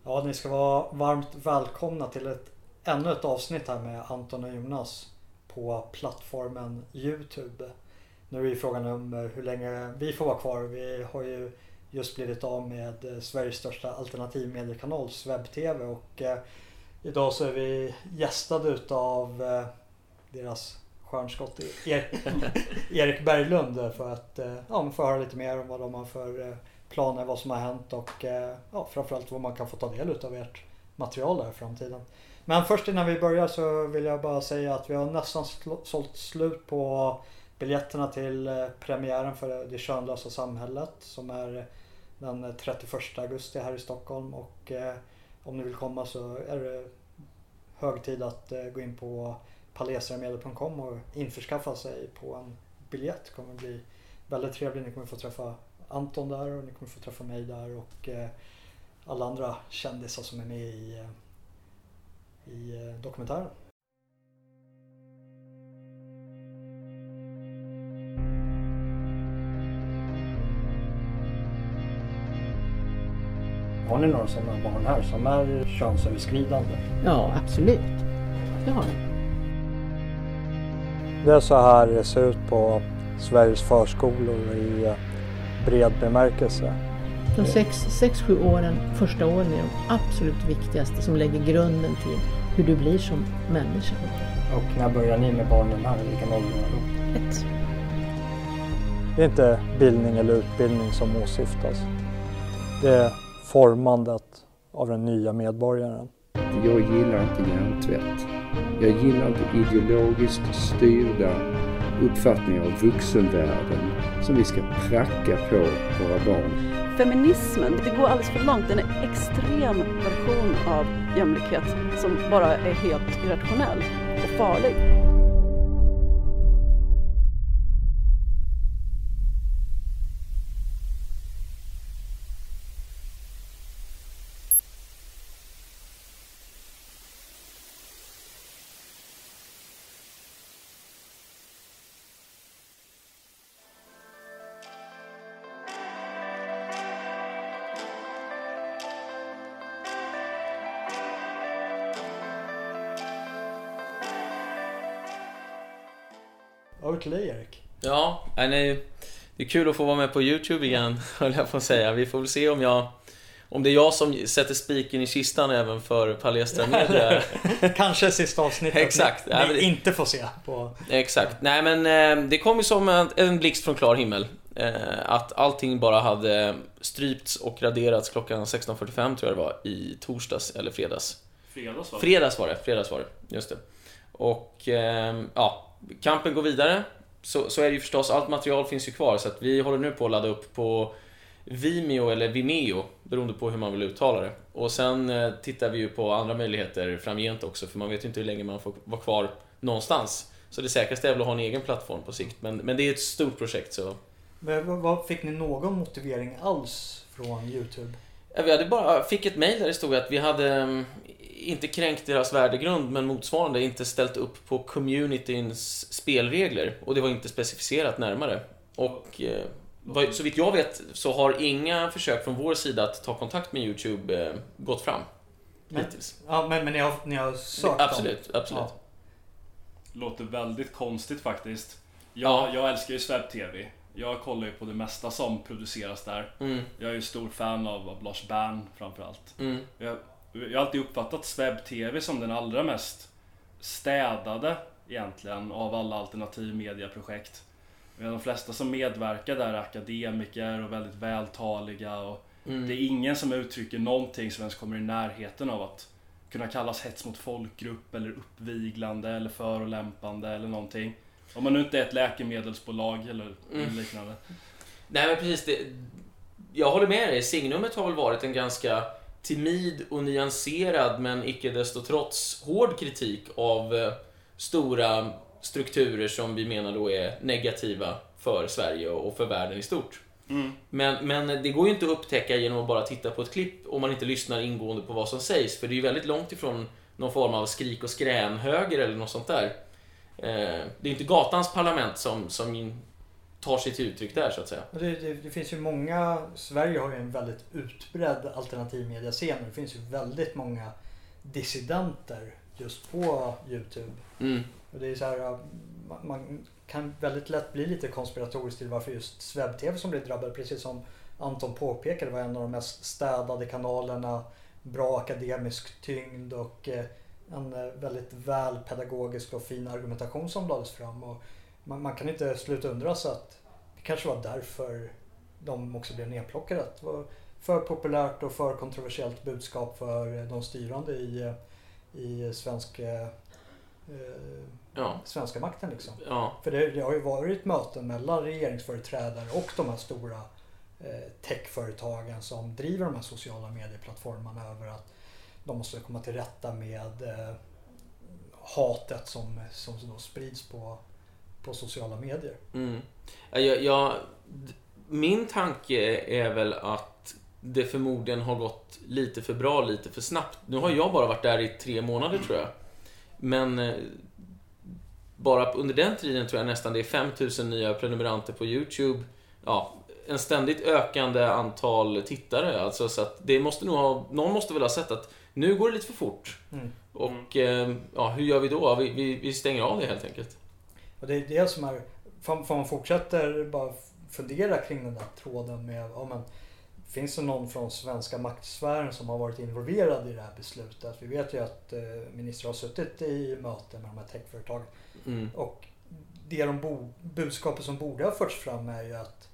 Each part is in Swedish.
Ja, ni ska vara varmt välkomna till ännu ett avsnitt här med Anton och Jonas på plattformen YouTube. Nu är frågan om hur länge vi får vara kvar. Vi har ju just blivit av med Sveriges största alternativmediekanal, Swebb-TV, och idag så är vi gästade utav deras stjärnskott Erik Berglund för att få höra lite mer om vad de har för planer, vad som har hänt och framförallt vad man kan få ta del av ert material där i framtiden. Men först innan vi börjar så vill jag bara säga att vi har nästan sålt slut på biljetterna till premiären för Det könlösa samhället som är den 31 augusti här i Stockholm, och om ni vill komma så är det hög tid att gå in på palesarmedel.com och införskaffa sig på en biljett. Det kommer bli väldigt trevligt. Ni kommer få träffa Anton där och ni kommer få träffa mig där och alla andra kändisar som är med i dokumentären. Har ni några sådana barn här som är könsöverskridande? Ja, absolut. Det har ni. Det är så här det ser ut på Sveriges förskolor i bred bemärkelse. De 6-7 åren, första åren är de absolut viktigaste som lägger grunden till hur du blir som människa. Och när börjar ni med barnen här? Vilken ålder är då? 1. Det är inte bildning eller utbildning som åsyftas. Det är formandet av den nya medborgaren. Jag gillar inte hjärntvätt. Jag gillar inte ideologiskt styrda uppfattningar av vuxenvärlden som vi ska pracka på våra barn. Feminismen, det går alldeles för långt. Den är en extrem version av jämlikhet som bara är helt irrationell och farlig. Över till dig, Erik. Ja, det är kul att få vara med på YouTube igen, höll jag på att säga. Vi får väl se om det är jag som sätter spiken i kistan även för Palestra Media. Kanske sista avsnittet. Exakt. Ni inte får se på. Exakt. Nej, men det kom ju som en blixt från klar himmel. Att allting bara hade strypts och raderats klockan 16:45 tror jag det var i torsdags eller fredags. Fredags var det, just det. Och kampen går vidare. Så är det ju förstås, allt material finns ju kvar. Så att vi håller nu på att ladda upp på Vimeo eller Vimeo, beroende på hur man vill uttala det. Och sen tittar vi ju på andra möjligheter framgent också, för man vet ju inte hur länge man får vara kvar någonstans. Så det säkraste är väl att ha en egen plattform på sikt. Men det är ett stort projekt så. Men fick ni någon motivering alls från YouTube? Vi hade fick ett mejl där det stod att vi hade inte kränkt deras värdegrund, men motsvarande inte ställt upp på communityns spelregler, och det var inte specificerat närmare. Och så vitt jag vet så har inga försök från vår sida att ta kontakt med YouTube gått fram hittills. Ja, men ni har sökt absolut. Ja. Låter väldigt konstigt faktiskt. Jag älskar ju Swebb-TV. Jag kollar ju på det mesta som produceras där. Jag är ju stor fan av Lars Bern framförallt. Jag har alltid uppfattat Swebb-TV som den allra mest städade egentligen av alla alternativmediaprojekt. De flesta som medverkar där är akademiker och väldigt vältaliga. Och det är ingen som uttrycker någonting som ens kommer i närheten av att kunna kallas hets mot folkgrupp eller uppviglande eller förolämpande eller någonting. Om man nu inte är ett läkemedelsbolag eller liknande. Nej, men precis. Jag håller med dig. Signumet har väl varit en ganska timid och nyanserad, men icke desto trots hård kritik av stora strukturer som vi menar då är negativa för Sverige och för världen i stort. Men det går ju inte att upptäcka genom att bara titta på ett klipp om man inte lyssnar ingående på vad som sägs, för det är ju väldigt långt ifrån någon form av skrik och skrän höger eller något sånt där. Det är inte gatans parlament som tar sig till uttryck där så att säga. Det finns ju många, Sverige har ju en väldigt utbredd alternativmediascen. Det finns ju väldigt många dissidenter just på YouTube. Och det är så här, man kan väldigt lätt bli lite konspiratorisk till varför just SvebTV som blir drabbad, precis som Anton påpekade, var en av de mest städade kanalerna, bra akademisk tyngd och en väldigt väl pedagogisk och fin argumentation som lades fram. Och man kan inte sluta undra så att det kanske var därför de också blev nedplockade. Det var för populärt och för kontroversiellt budskap för de styrande i svenska makten liksom. Ja. För det har ju varit möten mellan regeringsföreträdare och de här stora techföretagen som driver de här sociala medieplattformarna över att de måste komma till rätta med hatet som då sprids på sociala medier. Min tanke är väl att det förmodligen har gått lite för bra, lite för snabbt. Nu har jag bara varit där i 3 månader tror jag. Men bara under den tiden tror jag nästan det är 5000 nya prenumeranter på YouTube. Ja, en ständigt ökande antal tittare. Alltså, så att det måste nog någon måste väl ha sett att nu går det lite för fort. Och hur gör vi då? Vi stänger av det helt enkelt. Och det är det som är, för man fortsätter bara fundera kring den där tråden med, finns det någon från svenska maktsfären som har varit involverad i det här beslutet? Vi vet ju att ministrar har suttit i möten med de här techföretagen. Och budskapet som borde ha förts fram är ju att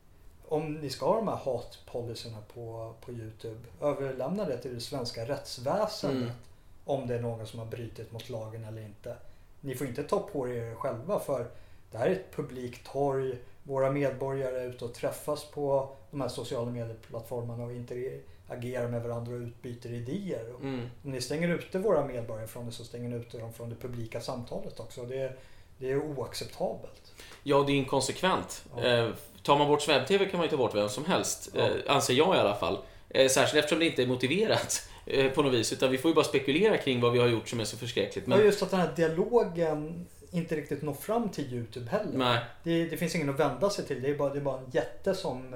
om ni ska ha de här hatpolicyerna på YouTube, överlämna det till det svenska rättsväsendet om det är någon som har brutit mot lagen eller inte. Ni får inte ta på er själva, för det här är ett publikt torg. Våra medborgare är ute och träffas på de här sociala medieplattformarna och interagerar med varandra och utbyter idéer. Om ni stänger ute våra medborgare från det, så stänger ni ute dem från det publika samtalet också. Det är oacceptabelt. Ja, det är inkonsekvent. Tar man bort SvebTV kan man ju ta bort vem som helst. Anser jag i alla fall. Särskilt eftersom det inte är motiverat på något vis. Utan vi får ju bara spekulera kring vad vi har gjort som är så förskräckligt. Men just att den här dialogen inte riktigt når fram till YouTube heller. Nej. Det finns ingen att vända sig till. Det är bara en jätte som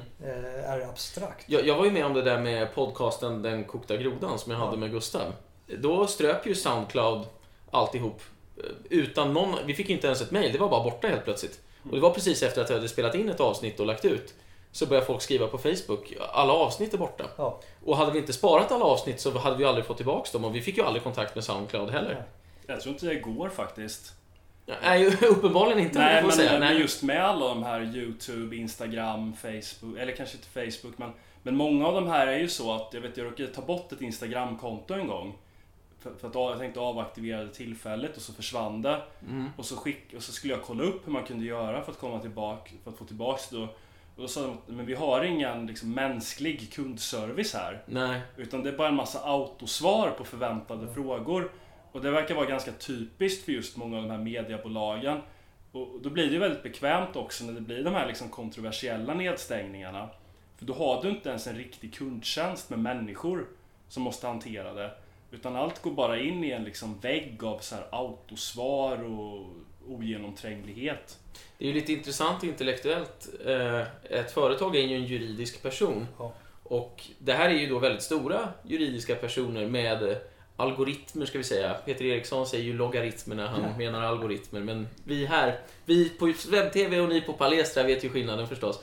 är abstrakt. Jag var ju med om det där med podcasten Den kokta grodan som jag hade med Gustav. Då ströp ju SoundCloud alltihop. Utan någon, vi fick inte ens ett mejl, det var bara borta helt plötsligt. Och det var precis efter att jag hade spelat in ett avsnitt och lagt ut. Så började folk skriva på Facebook, alla avsnitt är borta. Och hade vi inte sparat alla avsnitt så hade vi aldrig fått tillbaka dem. Och vi fick ju aldrig kontakt med SoundCloud heller. Jag tror inte det går faktiskt. Nej, uppenbarligen inte. Men just med alla de här YouTube, Instagram, Facebook, eller kanske inte Facebook, men många av de här är ju så att jag råkade ta bort ett Instagram-konto en gång. För att jag tänkte avaktivera det tillfället och så försvann det. Och så skulle jag kolla upp hur man kunde göra för att komma tillbaka, för att få tillbaka det. Och då sa de, men vi har ingen liksom mänsklig kundservice här. Nej. Utan det är bara en massa autosvar på förväntade frågor. Och det verkar vara ganska typiskt för just många av de här mediebolagen. Och då blir det ju väldigt bekvämt också när det blir de här liksom kontroversiella nedstängningarna. För då har du inte ens en riktig kundtjänst med människor som måste hantera det. Utan allt går bara in i en liksom vägg av så här autosvar och ogenomtränglighet. Det är ju lite intressant intellektuellt. Ett företag är ju en juridisk person. Och det här är ju då väldigt stora juridiska personer med algoritmer ska vi säga. Peter Eriksson säger ju logaritmer när han menar algoritmer. Men vi på SvebTV och ni på Palestra vet ju skillnaden förstås.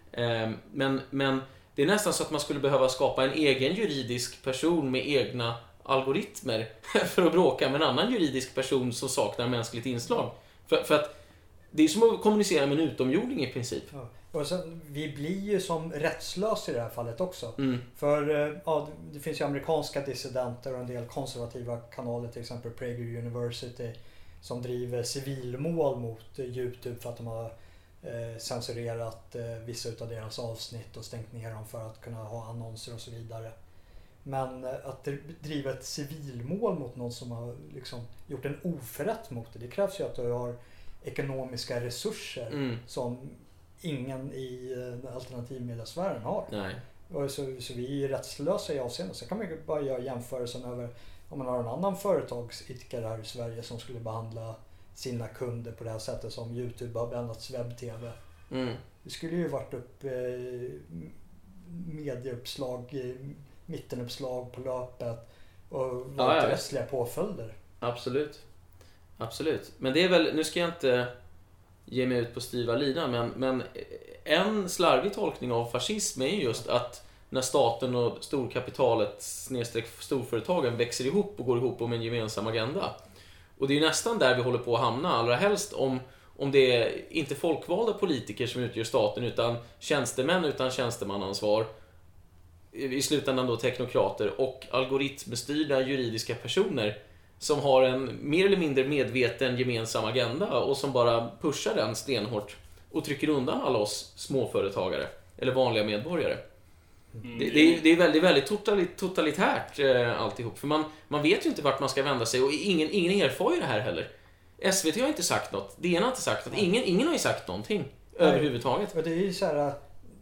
Men det är nästan så att man skulle behöva skapa en egen juridisk person med egna algoritmer för att bråka med en annan juridisk person som saknar mänskligt inslag. För att det är som att kommunicera med en utomjording i princip. Ja. Och sen, vi blir ju som rättslösa i det här fallet också. För det finns ju amerikanska dissidenter och en del konservativa kanaler, till exempel Prager University, som driver civilmål mot YouTube för att de har censurerat vissa av deras avsnitt och stängt ner dem för att kunna ha annonser och så vidare. Men att driva ett civilmål mot någon som har liksom gjort en oförrätt mot det krävs ju att du har ekonomiska resurser som ingen i alternativmediasfären har. Nej. Och så vi är rättslösa i avseende. Så kan man ju bara göra jämförelsen över om man har en annan företagsidkare här i Sverige som skulle behandla sina kunder på det här sättet som YouTube har behandlat SvebTV. Det skulle ju varit upp medieuppslag, mittenuppslag på löpet och varit rättsliga påföljder. Absolut. Men det är väl, nu ska jag inte ge mig ut på styva linan, men en slarvig tolkning av fascism är just att när staten och storkapitalet / storföretagen växer ihop och går ihop om en gemensam agenda. Och det är ju nästan där vi håller på att hamna, allra helst om det är inte folkvalda politiker som utgör staten utan tjänstemän utan tjänstemannaansvar, i slutändan då teknokrater och algoritmstyrda juridiska personer som har en mer eller mindre medveten gemensam agenda och som bara pushar den stenhårt och trycker undan alla oss småföretagare eller vanliga medborgare. Det är väldigt, väldigt totalitärt alltihop. För man vet ju inte vart man ska vända sig och ingen erfar ju det här heller. SVT har inte sagt något, DN har inte sagt något, ingen har ju sagt någonting överhuvudtaget. Och det är ju så här,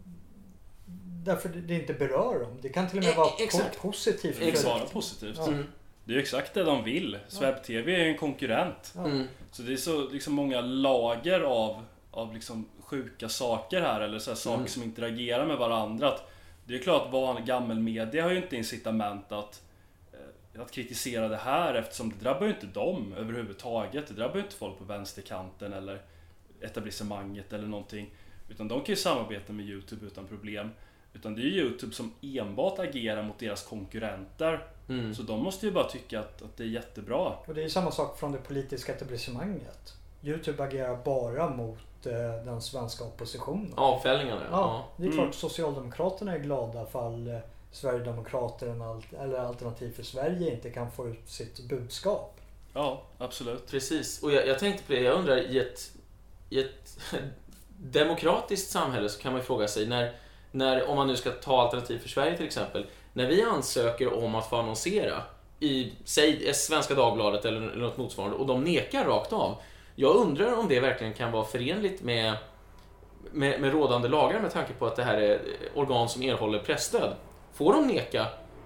därför det inte berör dem. Det kan till och med vara positivt. Det kan vara positivt. Det är ju exakt det de vill. SvebTV är en konkurrent. Så det är så liksom många lager av liksom sjuka saker här, eller så här saker som interagerar med varandra. Att det är klart att gammelmedia har ju inte incitament att kritisera det här, eftersom det drabbar ju inte dem överhuvudtaget. Det drabbar ju inte folk på vänsterkanten eller etablissemanget eller någonting. Utan de kan ju samarbeta med YouTube utan problem. Utan det är ju YouTube som enbart agerar mot deras konkurrenter. Så de måste ju bara tycka att det är jättebra. Och det är ju samma sak från det politiska etablissemanget. YouTube agerar bara mot den svenska oppositionen. Avfällningarna. Ja, det är klart Socialdemokraterna är glada fall Sverigedemokraterna eller Alternativ för Sverige inte kan få ut sitt budskap. Ja, absolut. Precis. Och jag tänkte på det, jag undrar i ett demokratiskt samhälle så kan man ju fråga sig när om man nu ska ta Alternativ för Sverige till exempel, när vi ansöker om att få annonsera i säg Svenska Dagbladet eller något motsvarande och de nekar rakt av. Jag undrar om det verkligen kan vara förenligt med rådande lagar med tanke på att det här är organ som erhåller pressstöd. Får de neka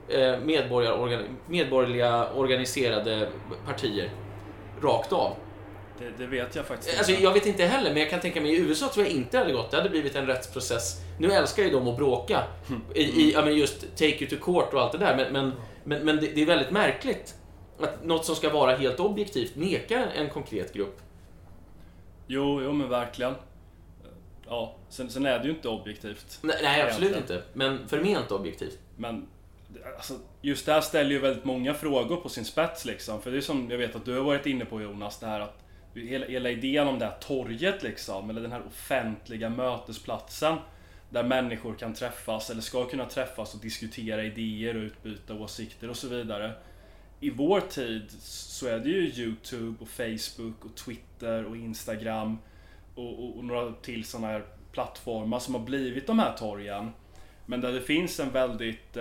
medborgerliga organiserade partier rakt av? Det vet jag faktiskt inte. Alltså, jag vet inte heller, men jag kan tänka mig i USA tror jag inte hade gått. Det hade blivit en rättsprocess. Nu älskar ju de att bråka just take you to court och allt det där. Men det är väldigt märkligt att något som ska vara helt objektivt nekar en konkret grupp. Jo men verkligen. Ja, sen är det ju inte objektivt. Nej, absolut inte. Men förment objektivt. Men alltså, just det här ställer ju väldigt många frågor på sin spets liksom. För det är som jag vet att du har varit inne på, Jonas, det här att hela idén om det här torget liksom, eller den här offentliga mötesplatsen där människor kan träffas eller ska kunna träffas och diskutera idéer och utbyta åsikter och så vidare. I vår tid så är det ju YouTube och Facebook och Twitter och Instagram och några till sådana här plattformar som har blivit de här torgen. Men där det finns en väldigt,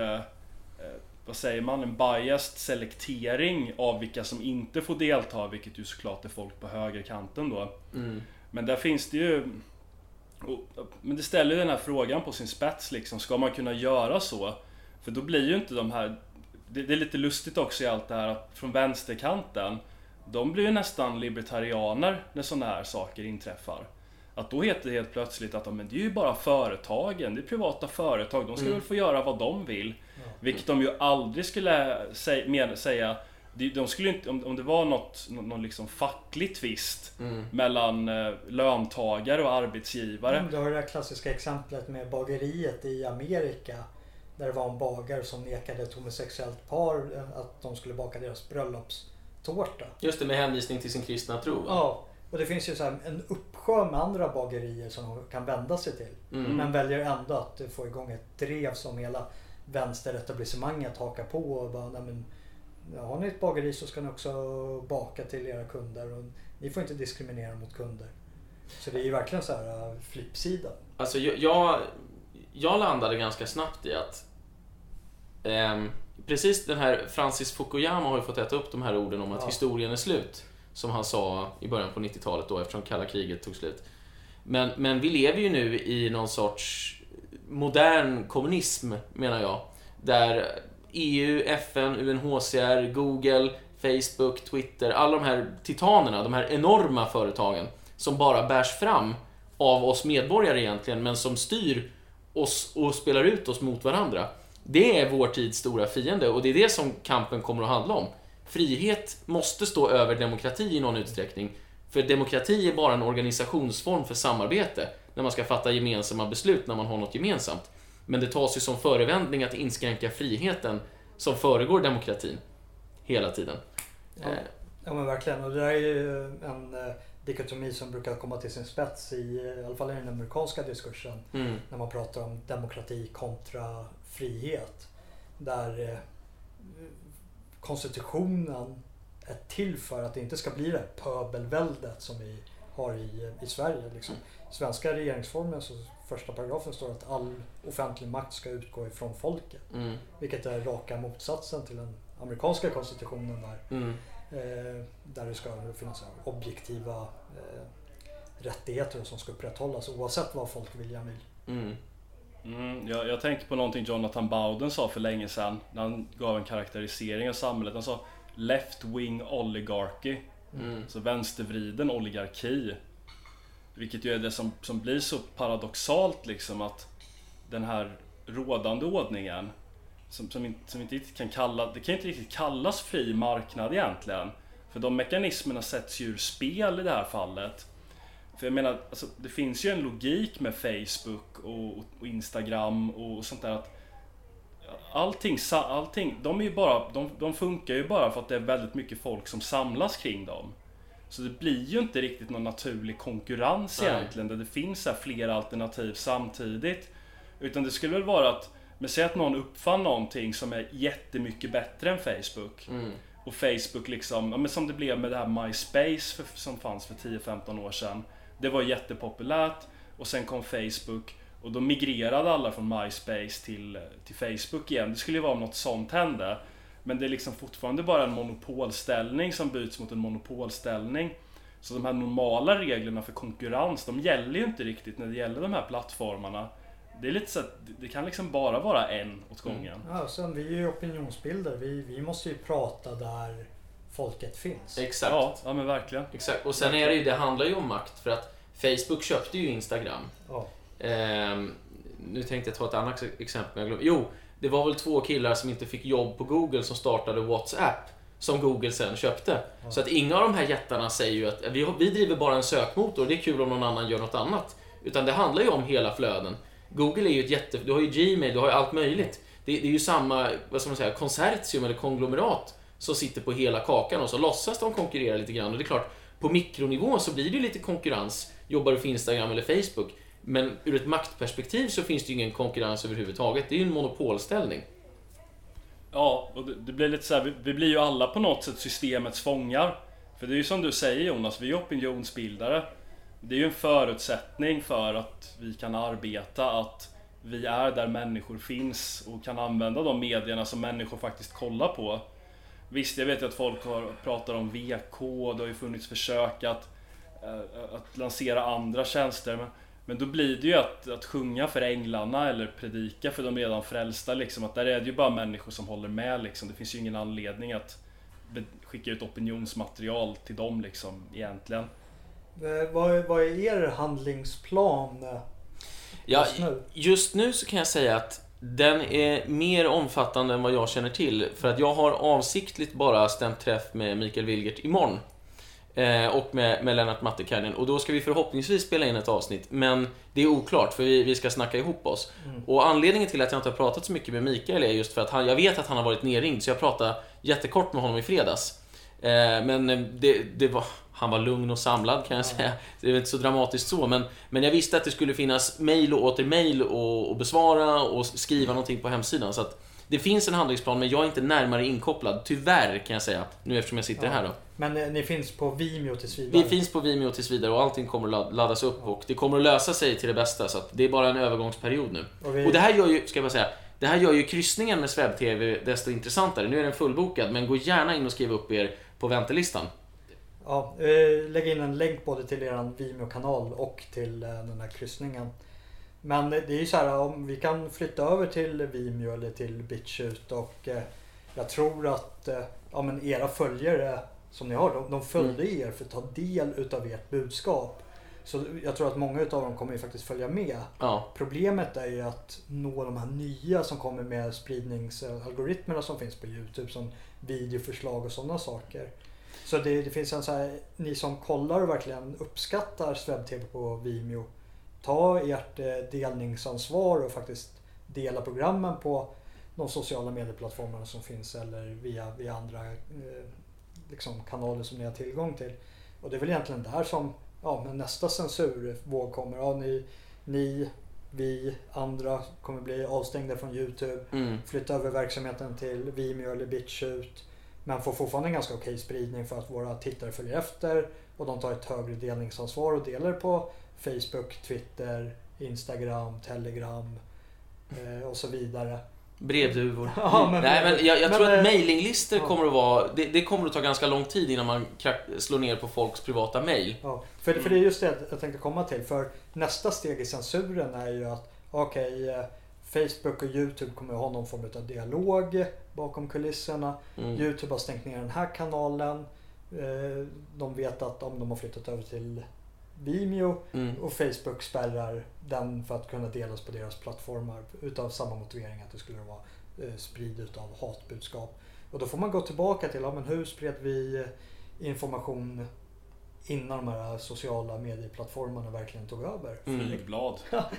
en biased selektering av vilka som inte får delta, vilket ju såklart är folk på högerkanten då. Men där finns det ju, men det ställer den här frågan på sin spets liksom, ska man kunna göra så? För då blir ju inte de här, det är lite lustigt också i allt det här att från vänsterkanten, de blir ju nästan libertarianer när sådana här saker inträffar. Att då heter det helt plötsligt att men det är ju bara företagen, det är privata företag, de ska väl få göra vad de vill. Vilket de ju aldrig skulle säga. De skulle inte, om det var någon liksom facklig tvist mellan löntagare och arbetsgivare. Du har det här klassiska exemplet med bageriet i Amerika. Där det var en bagare som nekade ett homosexuellt par att de skulle baka deras bröllopstårta. Just det, med hänvisning till sin kristna tro. Ja, och det finns ju så här en uppsjö med andra bagerier som de kan vända sig till. Men väljer ändå att få igång ett drev som hela vänsteretablissemanget hakar på och bara, nej men, har ni ett bageri så ska ni också baka till era kunder och ni får inte diskriminera mot kunder. Så det är ju verkligen så här flippsida. Alltså jag landade ganska snabbt i att precis den här Francis Fukuyama har ju fått äta upp de här orden om att historien är slut, som han sa i början på 90-talet då, eftersom kalla kriget tog slut. Men vi lever ju nu i någon sorts modern kommunism, menar jag, där EU, FN, UNHCR, Google, Facebook, Twitter, alla de här titanerna, de här enorma företagen som bara bärs fram av oss medborgare egentligen, men som styr oss och spelar ut oss mot varandra. Det är vår tids stora fiende, och det är det som kampen kommer att handla om. Frihet måste stå över demokrati i någon utsträckning. För demokrati är bara en organisationsform för samarbete, när man ska fatta gemensamma beslut när man har något gemensamt. Men det tas ju som förevändning att inskränka friheten som föregår demokratin hela tiden. Ja men verkligen, och det där är ju en dikotomi som brukar komma till sin spets i alla fall i den amerikanska diskursen, när man pratar om demokrati kontra frihet, där konstitutionen är till för att det inte ska bli det pöbelväldet som vi har i Sverige. Liksom. I svenska regeringsformen så första paragrafen står att all offentlig makt ska utgå ifrån folket. Vilket är raka motsatsen till den amerikanska konstitutionen där det ska finnas objektiva rättigheter som ska upprätthållas oavsett vad folkviljan vill. Jag tänker på någonting Jonathan Bowden sa för länge sedan när han gav en karaktärisering av samhället. Han sa left-wing oligarchy, så vänstervriden oligarki. Vilket ju är det som blir så paradoxalt liksom, att den här rådande ordningen som inte kan det kan inte riktigt kallas fri marknad egentligen. För de mekanismerna sätts ju ur spel i det här fallet. För jag menar, alltså, det finns ju en logik med Facebook och Instagram och sånt där, att allting de är ju bara, de funkar ju bara för att det är väldigt mycket folk som samlas kring dem. Så det blir ju inte riktigt någon naturlig konkurrens egentligen, där det finns så här flera alternativ samtidigt. Utan det skulle väl vara att, men säg att någon uppfann någonting som är jättemycket bättre än Facebook. Och Facebook liksom, men som det blev med det här MySpace som fanns för 10-15 år sedan. Det var jättepopulärt, och sen kom Facebook och då migrerade alla från MySpace till Facebook igen. Det skulle ju vara om något sånt hände. Men det är liksom fortfarande bara en monopolställning som byts mot en monopolställning. Så de här normala reglerna för konkurrens, de gäller ju inte riktigt när det gäller de här plattformarna. Det är lite så att det kan liksom bara vara en åt gången. Ja, sen vi är ju opinionsbildare. Vi måste ju prata där folket finns. Exakt. Ja men verkligen. Exakt. Och sen är det ju, det handlar ju om makt, för att Facebook köpte ju Instagram. Nu tänkte jag ta ett annat exempel. Det var väl 2 killar som inte fick jobb på Google som startade WhatsApp, som Google sen köpte. Så att inga av de här jättarna säger ju att vi driver bara en sökmotor, det är kul om någon annan gör något annat. Utan det handlar ju om hela flöden. Google är ju du har ju Gmail, du har ju allt möjligt. Det är ju samma, vad ska man säga, konsortium eller konglomerat som sitter på hela kakan, och så låtsas de konkurrera lite grann. Och det är klart, på mikronivå så blir det ju lite konkurrens. Jobbar du för Instagram eller Facebook? Men ur ett maktperspektiv så finns det ju ingen konkurrens överhuvudtaget. Det är ju en monopolställning. Ja, och det blir lite så här, vi blir ju alla på något sätt systemets fångar. För det är ju som du säger Jonas, vi är opinionsbildare. Det är ju en förutsättning för att vi kan arbeta, att vi är där människor finns och kan använda de medierna som människor faktiskt kollar på. Visst, jag vet ju att folk pratar om VK, det har ju funnits försök att lansera andra tjänster. Men då blir det ju att sjunga för änglarna eller predika för de redan frälsta. Liksom, att där är det ju bara människor som håller med. Liksom. Det finns ju ingen anledning att skicka ut opinionsmaterial till dem liksom, egentligen. Vad är er handlingsplan just nu? Just nu så kan jag säga att den är mer omfattande än vad jag känner till. För att jag har avsiktligt bara stämt träff med Mikael Wilgert imorgon. Och med Lennart Mattikäinen. Och då ska vi förhoppningsvis spela in ett avsnitt. Men det är oklart, för vi ska snacka ihop oss. Och anledningen till att jag inte har pratat så mycket med Mikael är just för att jag vet att han har varit nerringd. Så jag pratade jättekort med honom i fredags. Men han var lugn och samlad, kan jag säga. Det är inte så dramatiskt så. Men jag visste att det skulle finnas mejl och åter mejl och besvara och skriva någonting på hemsidan. Så att det finns en handlingsplan, men jag är inte närmare inkopplad. Tyvärr, kan jag säga, nu eftersom jag sitter här då. Men ni finns på Vimeo tills vidare? Vi finns på Vimeo tills vidare, och allting kommer att laddas upp. Och det kommer att lösa sig till det bästa. Så att det är bara en övergångsperiod nu. Och det här gör ju, ska jag bara säga, det här gör ju kryssningen med Swebb-TV desto intressantare. Nu är den fullbokad, men gå gärna in och skriv upp er på väntelistan. Ja, lägg in en länk både till er Vimeo-kanal och till den här kryssningen. Men det är ju så här, om vi kan flytta över till Vimeo eller till BitChute, och jag tror att men era följare som ni har, de följde er för att ta del utav ert budskap. Så jag tror att många av dem kommer ju faktiskt följa med. Ja. Problemet är ju att nå de här nya som kommer med spridningsalgoritmerna som finns på YouTube, som videoförslag och sådana saker. Så det finns en så här, ni som kollar och verkligen uppskattar webb-tv på Vimeo, ta ert delningsansvar och faktiskt dela programmen på de sociala medieplattformarna som finns eller via andra liksom kanaler som ni har tillgång till. Och det är väl egentligen där som men nästa censurvåg kommer. Ja, vi andra kommer bli avstängda från YouTube, flytta över verksamheten till Vimeo eller BitChute, men får fortfarande en ganska okej spridning för att våra tittare följer efter och de tar ett högre delningsansvar och delar på Facebook, Twitter, Instagram, Telegram och så vidare. Brevduvor. Men jag tror att mailinglistor kommer att vara... Det kommer att ta ganska lång tid innan man slår ner på folks privata mail. Ja, för det är just det jag tänkte komma till. För nästa steg i censuren är ju att Facebook och YouTube kommer att ha någon form av dialog bakom kulisserna. YouTube har stängt ner den här kanalen. De vet att om de har flyttat över till Vimeo och Facebook spärrar den för att kunna delas på deras plattformar utav samma motivering att det skulle vara sprid utav hatbudskap. Och då får man gå tillbaka till men hur spred vi information innan de här sociala medieplattformarna verkligen tog över? Flygblad.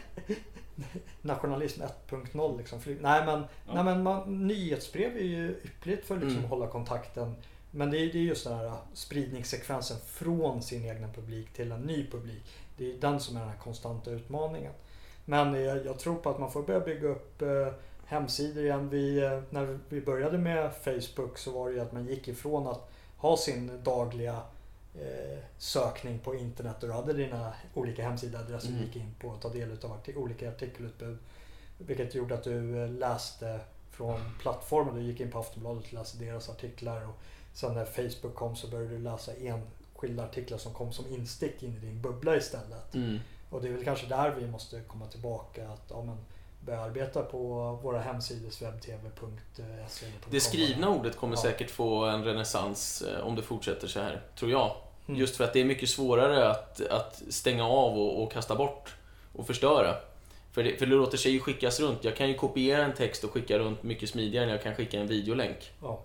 Nationalism 1.0 liksom. Nyhetsbrev är ju yppligt för liksom att hålla kontakten. Men det är just den här spridningssekvensen från sin egen publik till en ny publik. Det är den som är den här konstanta utmaningen. Men jag tror på att man får börja bygga upp hemsidor igen. När vi började med Facebook så var det ju att man gick ifrån att ha sin dagliga sökning på internet och du hade dina olika hemsidadresser du gick in på och ta del av olika artikelutbud. Vilket gjorde att du läste från plattformen. Du gick in på Aftonbladet och läste deras artiklar och sen när Facebook kom så började du läsa enskilda artiklar som kom som instick in i din bubbla istället. Och det är väl kanske där vi måste komma tillbaka att börja arbeta på våra hemsidor webb-tv.se. Det skrivna ordet kommer säkert få en renässans om det fortsätter så här, tror jag. Just för att det är mycket svårare att stänga av och kasta bort och förstöra. För det låter sig ju skickas runt. Jag kan ju kopiera en text och skicka runt mycket smidigare än jag kan skicka en videolänk. Ja.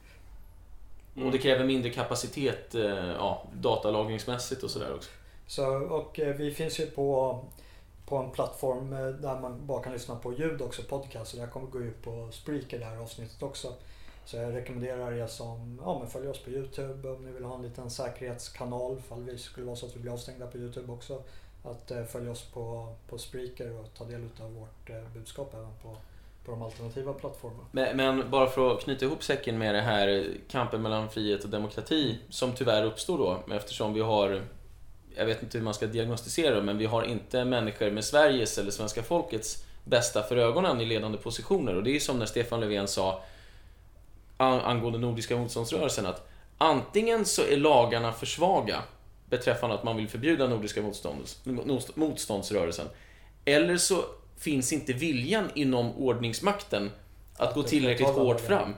Och det kräver mindre kapacitet datalagringsmässigt och sådär också. Och vi finns ju på en plattform där man bara kan lyssna på ljud också, podcast. Så jag kommer gå ut på Spreaker det här avsnittet också. Så jag rekommenderar er som följer oss på YouTube om ni vill ha en liten säkerhetskanal ifall vi skulle vara så att vi blir avstängda på YouTube också. Att följa oss på Spreaker och ta del av vårt budskap även på de alternativa plattformarna. Men bara för att knyta ihop säcken med det här kampen mellan frihet och demokrati som tyvärr uppstår då, eftersom vi har, jag vet inte hur man ska diagnostisera det, men vi har inte människor med Sveriges eller svenska folkets bästa för ögonen i ledande positioner. Och det är som när Stefan Löfven sa angående Nordiska motståndsrörelsen att antingen så är lagarna för svaga beträffande att man vill förbjuda Nordiska motståndsrörelsen, eller så finns inte viljan inom ordningsmakten att gå tillräckligt hårt fram.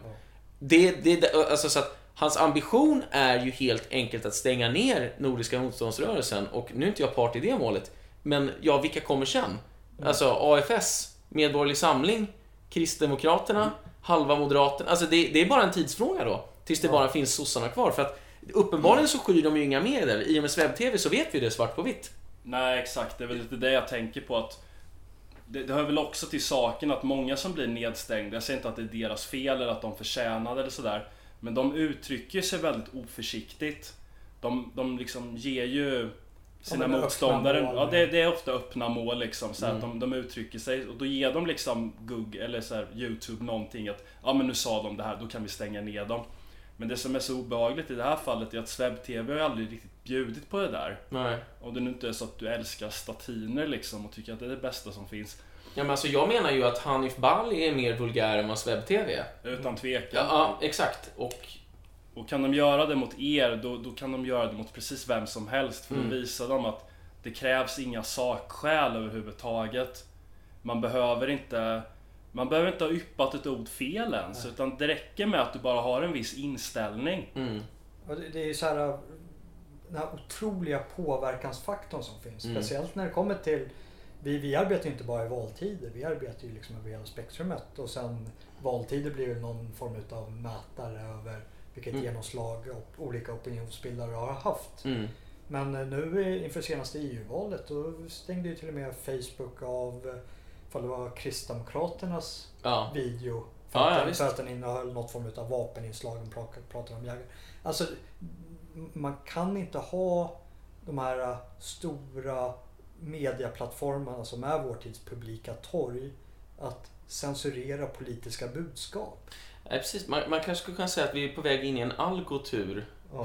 Alltså så att hans ambition är ju helt enkelt att stänga ner Nordiska motståndsrörelsen, och nu är inte jag part i det målet, men vilka kommer sen? Alltså AFS, Medborgerlig Samling, Kristdemokraterna, halva Moderaterna. Alltså det är bara en tidsfråga då, tills det bara finns sossarna kvar. För att uppenbarligen så skyr de ju inga medel. I och med webb-tv så vet vi det svart på vitt. Nej, exakt. Det är väl lite det jag tänker på, att det hör väl också till saken att många som blir nedstängda, jag säger inte att det är deras fel eller att de förtjänar eller sådär, men de uttrycker sig väldigt oförsiktigt. De liksom ger ju sina motståndare, det är ofta öppna mål liksom, så att de uttrycker sig, och då ger de liksom Google eller så här, YouTube någonting att men nu sa de det här, då kan vi stänga ner dem. Men det som är så obehagligt i det här fallet är att webb-tv har aldrig riktigt bjudit på det där. Nej. Om det nu inte är så att du älskar statiner liksom och tycker att det är det bästa som finns. Ja, men alltså jag menar ju att Hanif Bali är mer vulgär än vad webb-tv är. Utan tvekan. Ja, exakt. Och kan de göra det mot er, då kan de göra det mot precis vem som helst. För då visar de att det krävs inga sakskäl överhuvudtaget. Man behöver inte ha yppat ett ord fel ens. Nej. Utan det räcker med att du bara har en viss inställning. Och det är ju så här, den här otroliga påverkansfaktorn som finns. Speciellt när det kommer till, vi arbetar ju inte bara i valtider, vi arbetar ju liksom över hela spektrumet. Och sen valtider blir ju någon form av mätare över vilket genomslag olika opinionsbildare har haft. Men nu inför senaste EU-valet då stängde ju till och med Facebook av för det var Kristdemokraternas video för att den innehöll något form av vapeninslag och pratar om jägare. Alltså man kan inte ha de här stora mediaplattformarna som är vår tids publika torg att censurera politiska budskap. Nej, precis. Man kanske skulle kunna säga att vi är på väg in i en algotur.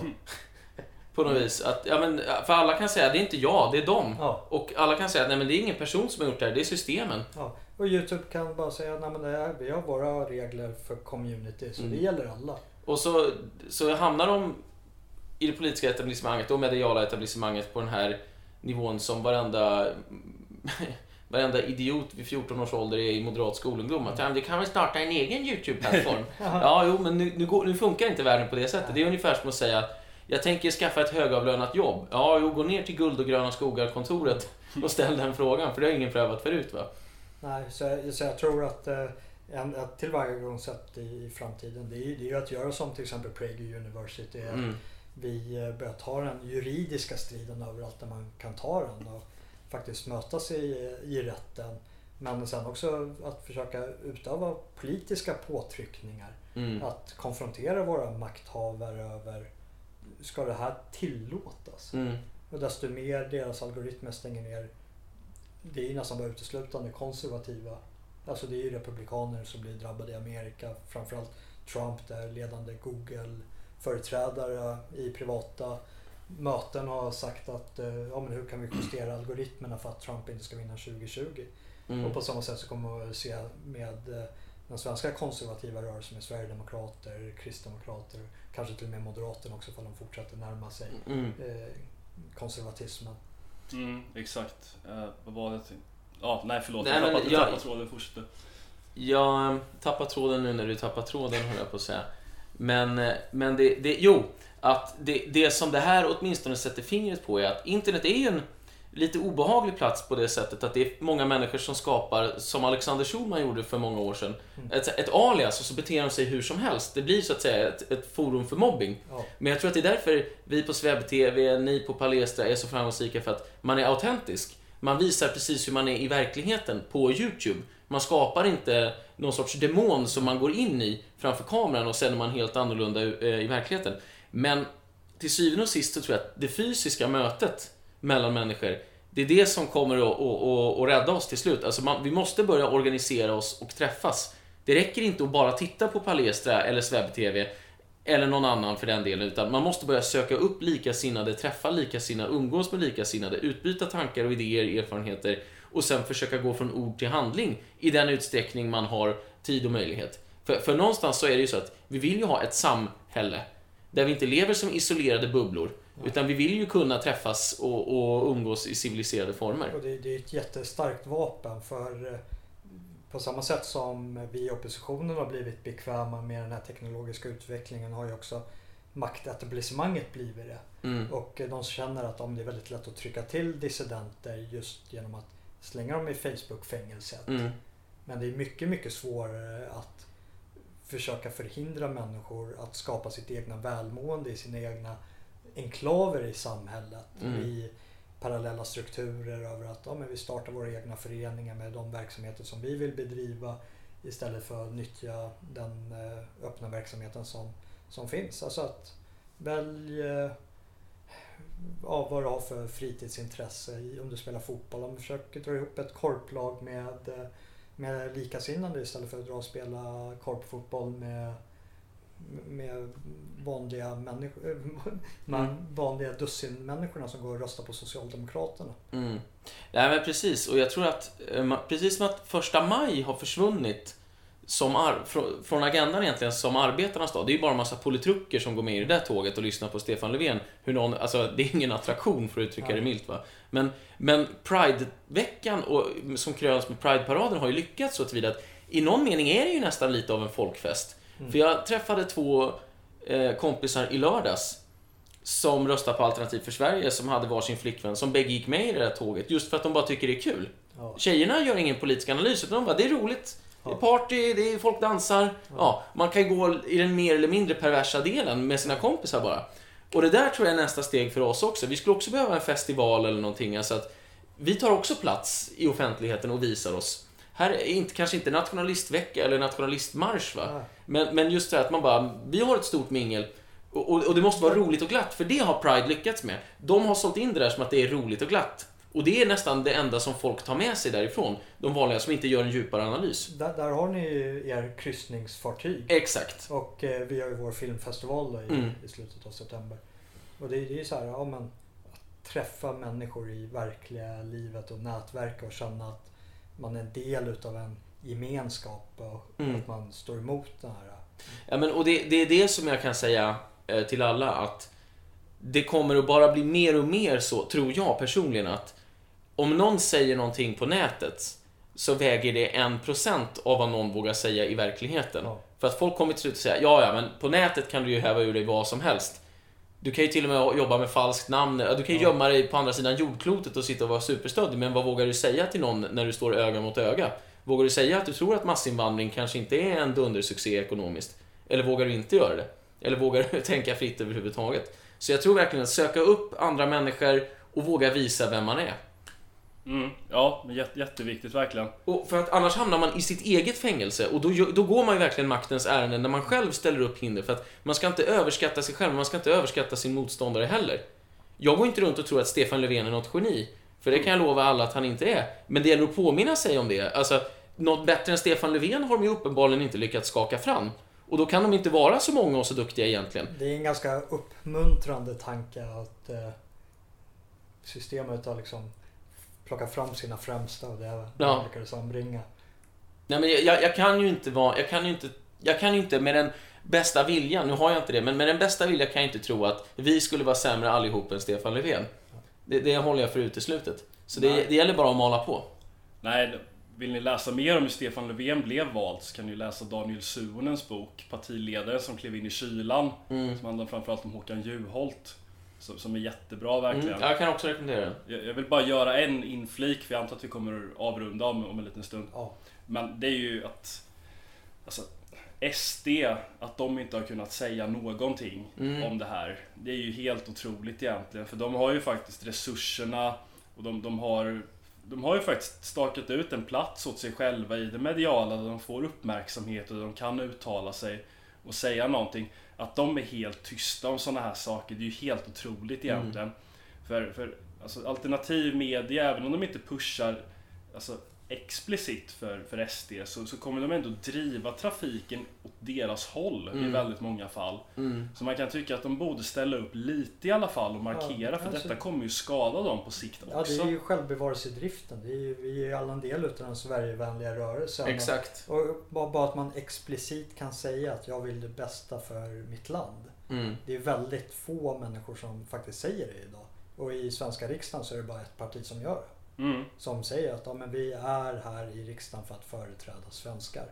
På något vis. Att, för alla kan säga att det är inte jag, det är dem. Och alla kan säga att nej, men det är ingen person som har gjort det här, det är systemen. Och YouTube kan bara säga att vi har våra regler för community, så det gäller alla. Och så hamnar de i det politiska etablissemanget och mediala etablissemanget på den här nivån som varenda idiot vid 14 års ålder är i moderat skolungdom. Att det kan väl starta en egen YouTube-plattform. Men nu funkar inte världen på det sättet. Det är ungefär som att säga jag tänker skaffa ett högavlönat jobb. Gå ner till Guld och gröna skogar-kontoret och ställ den frågan. För det har ingen prövat förut, va? Nej, så jag tror att ett tillvägagångssätt i framtiden det är ju att göra som till exempel Prager University. Vi börjar ta den juridiska striden överallt där man kan ta den och faktiskt mötas i rätten. Men sen också att försöka utöva politiska påtryckningar. Att konfrontera våra makthavare över ska det här tillåtas? Och desto mer deras algoritmer stänger ner, det är nästan bara uteslutande konservativa. Alltså det är ju republikaner som blir drabbade i Amerika. Framförallt Trump, där ledande Google-företrädare i privata möten har sagt att men hur kan vi justera algoritmerna för att Trump inte ska vinna 2020? Och på samma sätt så kommer vi se med den svenska konservativa rörelsen med Sverigedemokrater, Kristdemokrater, kanske till och med Moderaterna också för att de fortsätter närma sig konservatismen. Exakt. Vad var det till? Jag tappade tråden först. Jag tappar tråden nu när du tappar tråden, höll jag på att säga. Men det som det här åtminstone sätter fingret på är att internet är ju en lite obehaglig plats på det sättet att det är många människor som skapar, som Alexander Schulman gjorde för många år sedan, ett alias och så beter de sig hur som helst. Det blir så att säga ett forum för mobbing. Men jag tror att det är därför vi på Sveb TV, ni på Palestra är så framgångsrika, för att man är autentisk. Man visar precis hur man är i verkligheten på YouTube. Man skapar inte någon sorts demon som man går in i framför kameran och sen är man helt annorlunda i verkligheten. Men till syvende och sist så tror jag att det fysiska mötet mellan människor, det är det som kommer att rädda oss till slut. Alltså vi måste börja organisera oss och träffas. Det räcker inte att bara titta på Palestra eller Sveb TV eller någon annan för den delen, utan man måste börja söka upp likasinnade, träffa likasinnade, umgås med likasinnade, utbyta tankar och idéer, erfarenheter och sen försöka gå från ord till handling i den utsträckning man har tid och möjlighet. För någonstans så är det ju så att vi vill ju ha ett samhälle där vi inte lever som isolerade bubblor, utan vi vill ju kunna träffas och umgås i civiliserade former. Och det är ett jättestarkt vapen, för på samma sätt som vi i oppositionen har blivit bekväma med den här teknologiska utvecklingen har ju också maktetablissemanget blivit det. Och de känner att det är väldigt lätt att trycka till dissidenter just genom att slänga dem i Facebook-fängelset. Men det är mycket, mycket svårare att försöka förhindra människor att skapa sitt egna välmående i sina egna enklaver i samhället. I parallella strukturer över att vi startar våra egna föreningar med de verksamheter som vi vill bedriva istället för att nyttja den öppna verksamheten som finns. Alltså att välja vad du har för fritidsintresse om du spelar fotboll. Om du försöker dra ihop ett korplag med likasinnande istället för att dra och spela korpfotboll med vanliga människor, vanliga dussinmänniskorna som går och röstar på Socialdemokraterna. Nej, men precis, och jag tror att precis som att 1 maj har försvunnit från agendan egentligen som arbetarnas dag. Det är ju bara en massa politrucker som går med i det där tåget och lyssnar på Stefan Löfven. Det är ingen attraktion för att uttrycka det milt, va? Men Pride-veckan som kröns med Pride-paraden har ju lyckats så tillvida att i någon mening är det ju nästan lite av en folkfest. För jag träffade 2 kompisar i lördags som röstar på Alternativ för Sverige som hade varsin flickvän som bägge gick med i det där tåget just för att de bara tycker det är kul. Ja. Tjejerna gör ingen politisk analys utan de bara, det är roligt. Det är party, det är folk dansar. Ja, man kan gå i den mer eller mindre perversa delen med sina kompisar bara. Och det där tror jag är nästa steg för oss också. Vi skulle också behöva en festival eller någonting. Alltså att vi tar också plats i offentligheten och visar oss. Här är kanske inte nationalistvecka eller nationalistmarsch va? Men just det att man bara, vi har ett stort mingel. Och det måste vara roligt och glatt. För det har Pride lyckats med. De har sålt in det där som att det är roligt och glatt. Och det är nästan det enda som folk tar med sig därifrån. De vanliga som inte gör en djupare analys. Där har ni ju er kryssningsfartyg. Exakt. Och vi har ju vår filmfestival då i slutet av september. Och det är ju så här, ja, men, att träffa människor i verkliga livet och nätverka och känna att man är en del utav en gemenskap och att man står emot det här. Ja, men, och det är det som jag kan säga till alla att det kommer att bara bli mer och mer så, tror jag personligen, att om någon säger någonting på nätet så väger det 1% av vad någon vågar säga i verkligheten. Ja. För att folk kommer till slut att säga, ja, men på nätet kan du ju häva ur dig vad som helst. Du kan ju till och med jobba med falskt namn. Du kan ju gömma dig på andra sidan jordklotet och sitta och vara superstöddig. Men vad vågar du säga till någon när du står öga mot öga? Vågar du säga att du tror att massinvandring kanske inte är en dundersuccé ekonomiskt? Eller vågar du inte göra det? Eller vågar du tänka fritt överhuvudtaget? Så jag tror verkligen att söka upp andra människor och våga visa vem man är. Ja, jätteviktigt verkligen. Och för att annars hamnar man i sitt eget fängelse. Och då går man ju verkligen maktens ärenden när man själv ställer upp hinder. För att man ska inte överskatta sig själv, man ska inte överskatta sin motståndare heller. Jag går inte runt och tror att Stefan Löfven är något geni. För det kan jag lova alla att han inte är. Men det gäller att påminna sig om det. Alltså, något bättre än Stefan Löfven har de ju uppenbarligen inte lyckats skaka fram. Och då kan de inte vara så många och så duktiga egentligen. Det är en ganska uppmuntrande tanke att systemet har liksom plockat fram sina främsta och det lyckades anbringa. Nej, men jag kan ju inte med den bästa viljan, nu har jag inte det, men med den bästa viljan kan jag inte tro att vi skulle vara sämre allihop än Stefan Löfven. Det håller jag för uteslutet. Så det gäller bara att mala på. Nej, vill ni läsa mer om hur Stefan Löfven blev vald så kan ni läsa Daniel Suhonens bok Partiledare som klev in i kylan, som handlar framförallt om Håkan Juholt, som är jättebra verkligen. Jag kan också rekommendera den. Jag vill bara göra en inflik, för jag antar att vi kommer att avrunda om en liten stund. Ja. Men det är ju att alltså, SD, att de inte har kunnat säga någonting om det här. Det är ju helt otroligt egentligen, för de har ju faktiskt resurserna och de har ju faktiskt stakat ut en plats åt sig själva i det mediala där de får uppmärksamhet och de kan uttala sig och säga någonting. Att de är helt tysta om sådana här saker, det är ju helt otroligt egentligen. För alltså, alternativ media, även om de inte pushar alltså, explicit för SD så kommer de ändå driva trafiken åt deras håll i väldigt många fall. Så man kan tycka att de borde ställa upp lite i alla fall och markera, för detta kommer ju skada dem på sikt också. Ja, det är ju självbevarelsedriften. Vi är ju alla en del utav den Sverigevänliga rörelsen. Exakt. Och bara att man explicit kan säga att jag vill det bästa för mitt land. Det är väldigt få människor som faktiskt säger det idag. Och i svenska riksdagen så är det bara ett parti som gör det. Som säger att men vi är här i riksdagen för att företräda svenskar.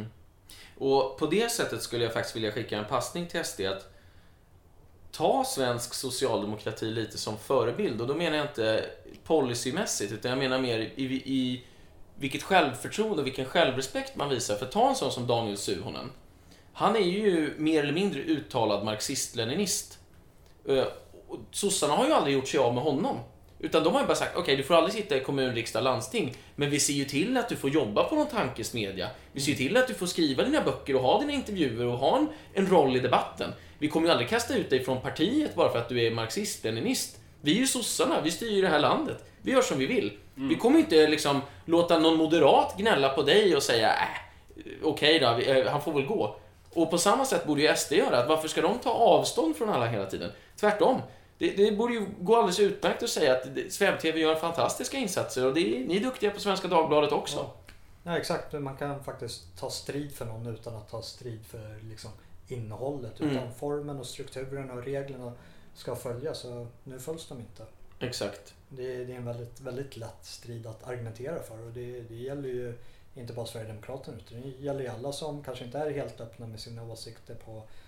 Och på det sättet skulle jag faktiskt vilja skicka en passning till SD att ta svensk socialdemokrati lite som förebild. Och då menar jag inte policymässigt, utan jag menar mer i vilket självförtroende och vilken självrespekt man visar. För ta en sån som Daniel Suhonen. Han är ju mer eller mindre uttalad marxist-leninist. Och sossarna har ju aldrig gjort sig av med honom. Utan de har ju bara sagt, okej, du får aldrig sitta i kommun, riksdag, landsting. Men vi ser ju till att du får jobba på någon tankesmedja. Vi ser ju till att du får skriva dina böcker och ha dina intervjuer och ha en roll i debatten. Vi kommer ju aldrig kasta ut dig från partiet bara för att du är marxist-leninist. Vi är ju sossarna, vi styr ju det här landet. Vi gör som vi vill. Vi kommer inte liksom låta någon moderat gnälla på dig och säga, okej då, han får väl gå. Och på samma sätt borde ju SD göra. Att varför ska de ta avstånd från alla hela tiden? Tvärtom. Det borde ju gå alldeles utmärkt att säga att SvebTV gör fantastiska insatser och ni är duktiga på Svenska Dagbladet också. Ja, exakt. Man kan faktiskt ta strid för någon utan att ta strid för liksom, innehållet. Utan formen och strukturen och reglerna ska följas, så nu följs de inte. Exakt. Det är en väldigt, väldigt lätt strid att argumentera för, och det gäller ju inte bara Sverigedemokraterna, utan det gäller ju alla som kanske inte är helt öppna med sina åsikter på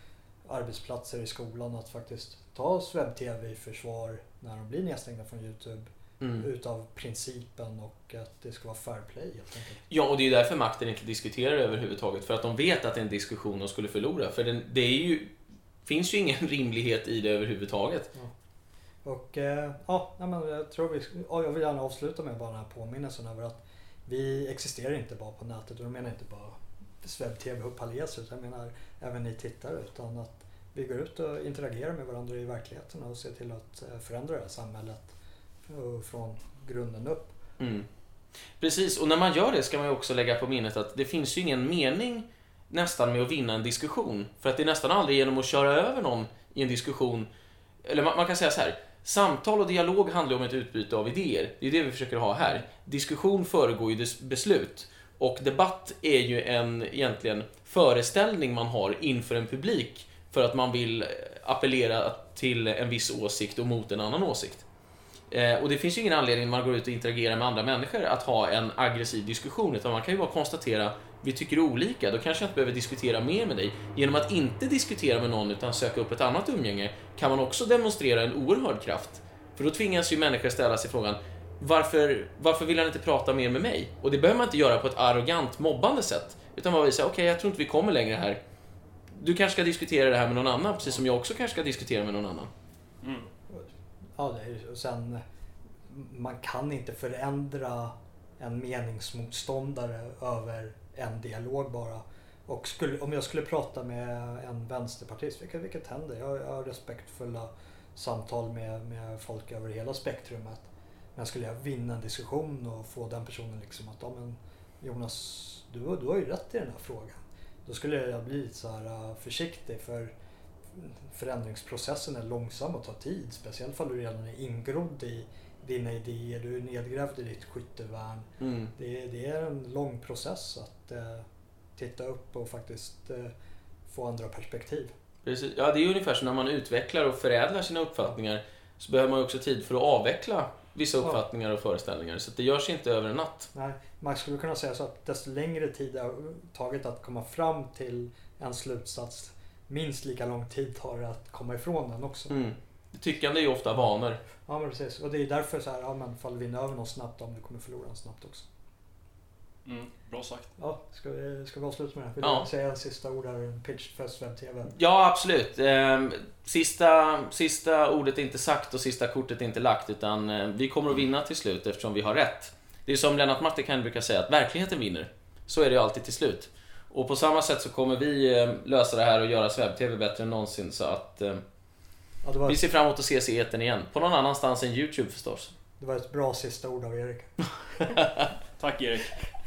arbetsplatser i skolan att faktiskt ta webb-tv i försvar när de blir nedstängda från YouTube utav principen och att det ska vara fair play helt enkelt. Ja, och det är därför makten inte diskuterar överhuvudtaget, för att de vet att det är en diskussion de skulle förlora, för det är ju, finns ju ingen rimlighet i det överhuvudtaget. Ja. Och men jag vill gärna avsluta med bara den här påminnelsen över att vi existerar inte bara på nätet, och jag menar inte bara webb-tv och Palés, utan jag menar även ni tittare, utan att vi går ut och interagerar med varandra i verkligheten och ser till att förändra det här samhället från grunden upp. Precis, och när man gör det ska man ju också lägga på minnet att det finns ju ingen mening nästan med att vinna en diskussion, för att det är nästan aldrig genom att köra över någon i en diskussion, eller man kan säga så här: samtal och dialog handlar om ett utbyte av idéer. Det är det vi försöker ha här. Diskussion föregår ju beslut. Och debatt är ju en egentligen föreställning man har inför en publik för att man vill appellera till en viss åsikt och mot en annan åsikt. Och det finns ju ingen anledning när man går ut och interagerar med andra människor att ha en aggressiv diskussion, utan man kan ju bara konstatera: vi tycker olika, då kanske jag inte behöver diskutera mer med dig. Genom att inte diskutera med någon utan söka upp ett annat umgänge kan man också demonstrera en oerhörd kraft. För då tvingas ju människor ställa sig frågan: varför vill han inte prata mer med mig? Och det behöver man inte göra på ett arrogant, mobbande sätt, utan man vill säga: okej, jag tror inte vi kommer längre här. Du kanske ska diskutera det här med någon annan, precis som jag också kanske ska diskutera med någon annan. Ja, det är ju, och sen man kan inte förändra en meningsmotståndare över en dialog bara. Och om jag skulle prata med en vänsterpartist, vilket händer, jag har respektfulla samtal med folk över hela spektrumet. Men skulle jag vinna en diskussion och få den personen liksom att men Jonas, du har ju rätt i den här frågan. Då skulle jag bli så här försiktig, för förändringsprocessen är långsam och tar tid. Speciellt om du redan är ingrodd i dina idéer, du är nedgrävd i ditt skyttevärn. Det är en lång process att titta upp och faktiskt få andra perspektiv. Precis. Ja, det är ungefär som när man utvecklar och förädlar sina uppfattningar, så behöver man också tid för att avveckla vissa uppfattningar och föreställningar. Så det görs inte över en natt. Nej, man skulle kunna säga så att desto längre tid det har tagit att komma fram till en slutsats, minst lika lång tid tar det att komma ifrån den också. Tyckande är ju ofta vanor. Ja, men precis. Och det är därför så här, men fall vinna över någon snabbt om du kommer förlora den snabbt också. Bra sagt. Ja, ska vi avsluta med det? Vill du säga en sista ord här, en pitch för webb-tv? Ja, absolut. Sista ordet är inte sagt och sista kortet är inte lagt, utan vi kommer att vinna till slut eftersom vi har rätt. Det är som Lennart Mattikan brukar säga, att verkligheten vinner. Så är det ju alltid till slut. Och på samma sätt så kommer vi lösa det här och göra webb-tv bättre än någonsin, så att vi ser fram emot att ses i etern igen. På någon annanstans än YouTube förstås. Det var ett bra sista ord av Erik. Tack Erik.